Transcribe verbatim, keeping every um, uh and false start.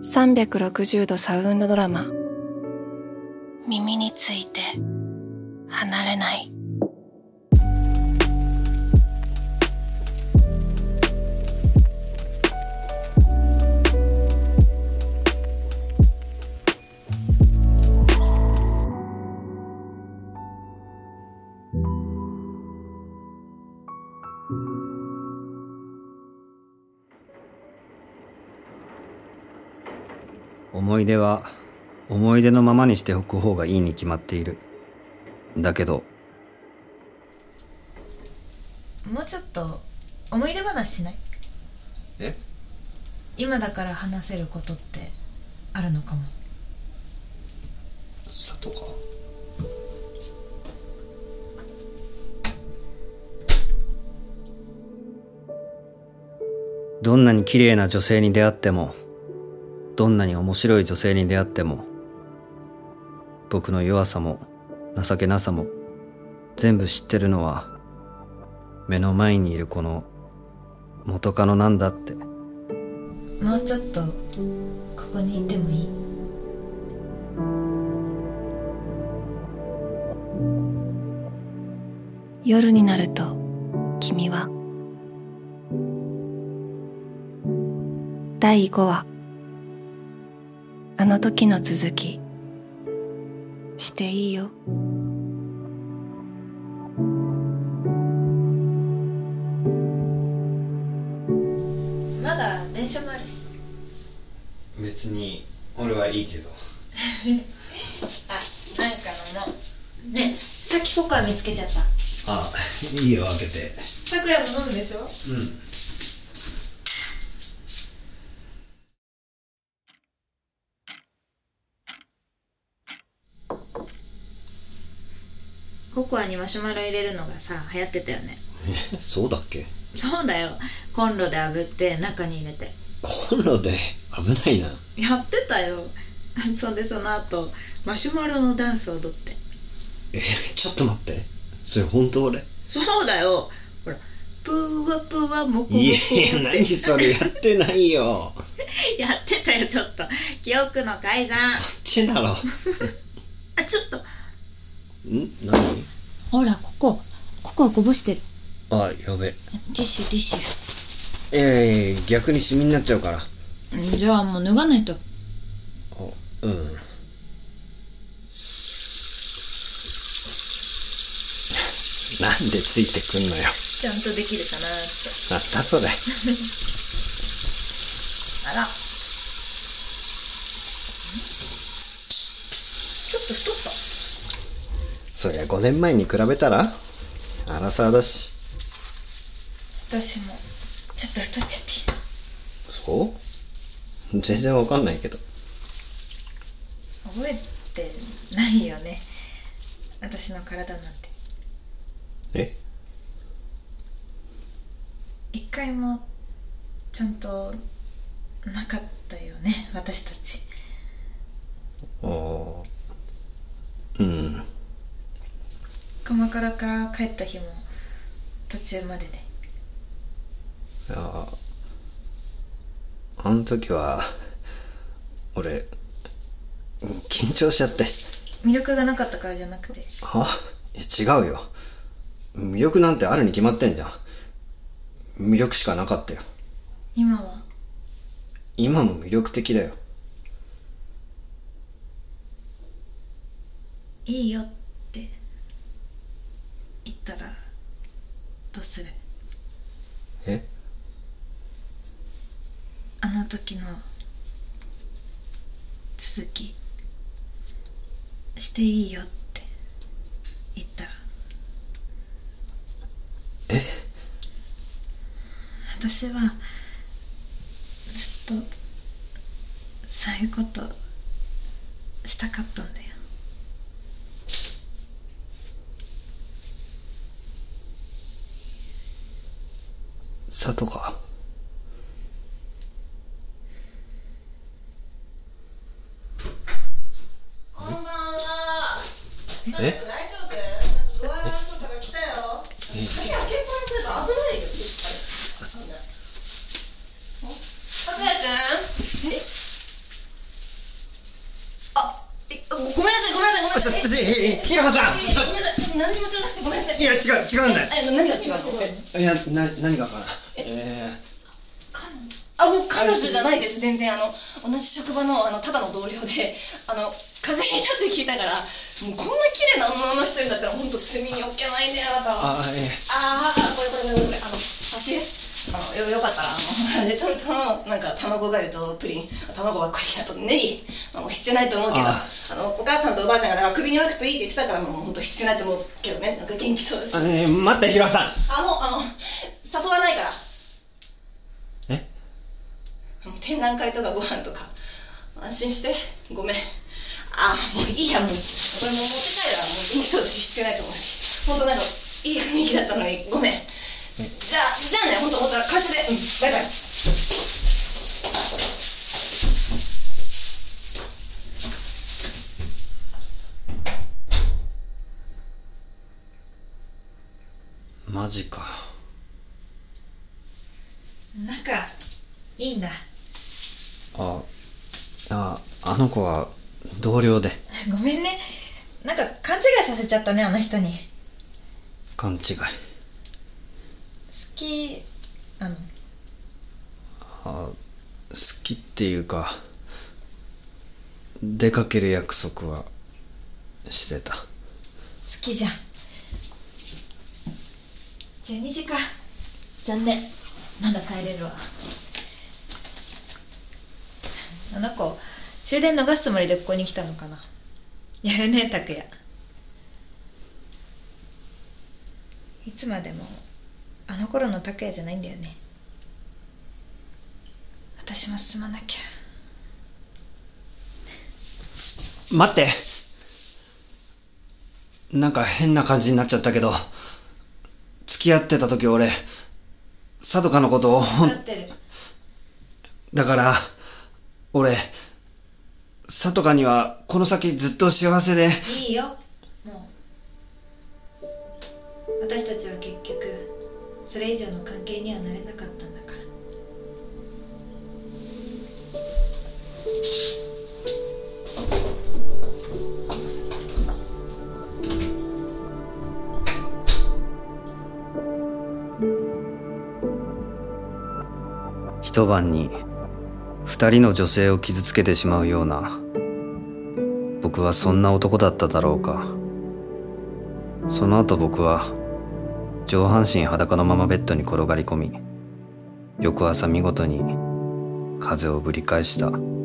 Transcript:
さんびゃくろくじゅうどサウンドドラマ、耳について離れない。 思い出は思い出のままにしておく方がいいに決まっている。だけどもうちょっと思い出話しない？ え？ 今だから話せることってあるのかも。 里か。どんなに綺麗な女性に出会っても、どんなに面白い女性に出会っても、僕の弱さも情けなさも全部知ってるのは目の前にいるこの元カノなんだって。 もうちょっとここにいてもいい？ 夜になると君はだいごわ、あの時の続きしていいよ。 まだ電車もあるし。 別に俺はいいけど。 あ、なんか飲もう。ね、さっきココア見つけちゃった。 あ、いいよ開けて。 拓也も飲むでしょ？ うん。 ココアにマシュマロ入れるのがさ、流行ってたよね。 え、そうだっけ？ そうだよ。コンロで炙って中に入れて。 コンロで危ないな。 やってたよ。そんでその後マシュマロのダンスを踊って。 え、ちょっと待って、それ本当俺？ そうだよ。ほら、プワプワモコモコって。 いやいや、何それ、やってないよ。 やってたよ、ちょっと。記憶の改ざん。 そっちだろ。 あ、ちょっと。 ん？何？ ほら、ここここはこぼしてる。 あ、やべ。 ティッシュティッシュ。いやいやいや、逆にシミになっちゃうから。 じゃあもう脱がないと。 あ、うん。なんでついてくんのよ。 ちゃんとできるかなって。 なんだそれ。 あら、ちょっと太った。 そりゃごねんまえに比べたらアラサーだし。 私もちょっと太っちゃって。 そう？全然わかんないけど。 覚えてないよね、私の体なんて。 え？ 一回もちゃんとなかったよね、私たち。 ああ、うん。 鎌倉から帰った日も途中までで。 ああ、あの時は俺緊張しちゃって。 魅力がなかったからじゃなくて。 は？いや違うよ、魅力なんてあるに決まってんじゃん。魅力しかなかったよ。 今は？ 今も魅力的だよ。 いいよって言ったらどうする？ え？ あの時の続きしていいよって言ったら。 え？ 私はずっとそういうことしたかったんだよ。 里か。 こんばんは。 え？ 大丈夫？なんか具合悪そうだから来たよ。 え？ 鍵開けっぱなしだから危ないよ。拓也くん。え？ ちょっとひろはさん、 何も知らなくてごめんなさい。 いや違う違うんだよ。 え、何が違うの？ いやな何がかな。え彼女？あ、もう彼女じゃないです。全然あの同じ職場のあのただの同僚で、あの風邪ひいたって聞いたから、もうこんな綺麗な女の人いるんだったら本当隅に置けないねあなたは。 あえああ、これこれこれこれあの差し入れ。あの よ, よかったらあのレトルトのなんか卵がゆとプリン、卵ばっかり、あとネギ、まあ、もう必要ないと思うけど、ああのお母さんとおばあちゃんがだから首になくていいって言ってたから、もう本当必要ないと思うけどね。なんか元気そうだし。 ー、えー、待ってひろはさん。 あ、もうあの誘わないから。 え展覧会とかご飯とか安心して。ごめん。あ、もういいや、もうこれもう持って帰るわ。もう元気そうだし必要ないと思うし、本当なんかいい雰囲気だったのにごめん。じゃあじゃあね、本当思ったら会社で、うん、バイバイ。 マジか。 仲いいんだ。 あああの子は同僚で。 ごめんね、なんか勘違いさせちゃったね、あの人に。 勘違い。 好きなの？ あ好きっていうか出かける約束はしてた。 好きじゃん。じゅうにじか。残念、まだ帰れるわ。あの子終電逃すつもりでここに来たのかな。やるね、拓也。いつまでもあの頃の拓也じゃないんだよね。私も進まなきゃ。 待って、なんか変な感じになっちゃったけど、付き合ってた時俺さとかのことを分かってる。 だから俺さとかにはこの先ずっと幸せで。 いいよ、もう私たちは結局それ以上の関係にはなれなかったんだから。 一晩に二人の女性を傷つけてしまうような僕はそんな男だっただろうか。その後僕は上半身裸のままベッドに転がり込み、翌朝見事に風邪をぶり返した。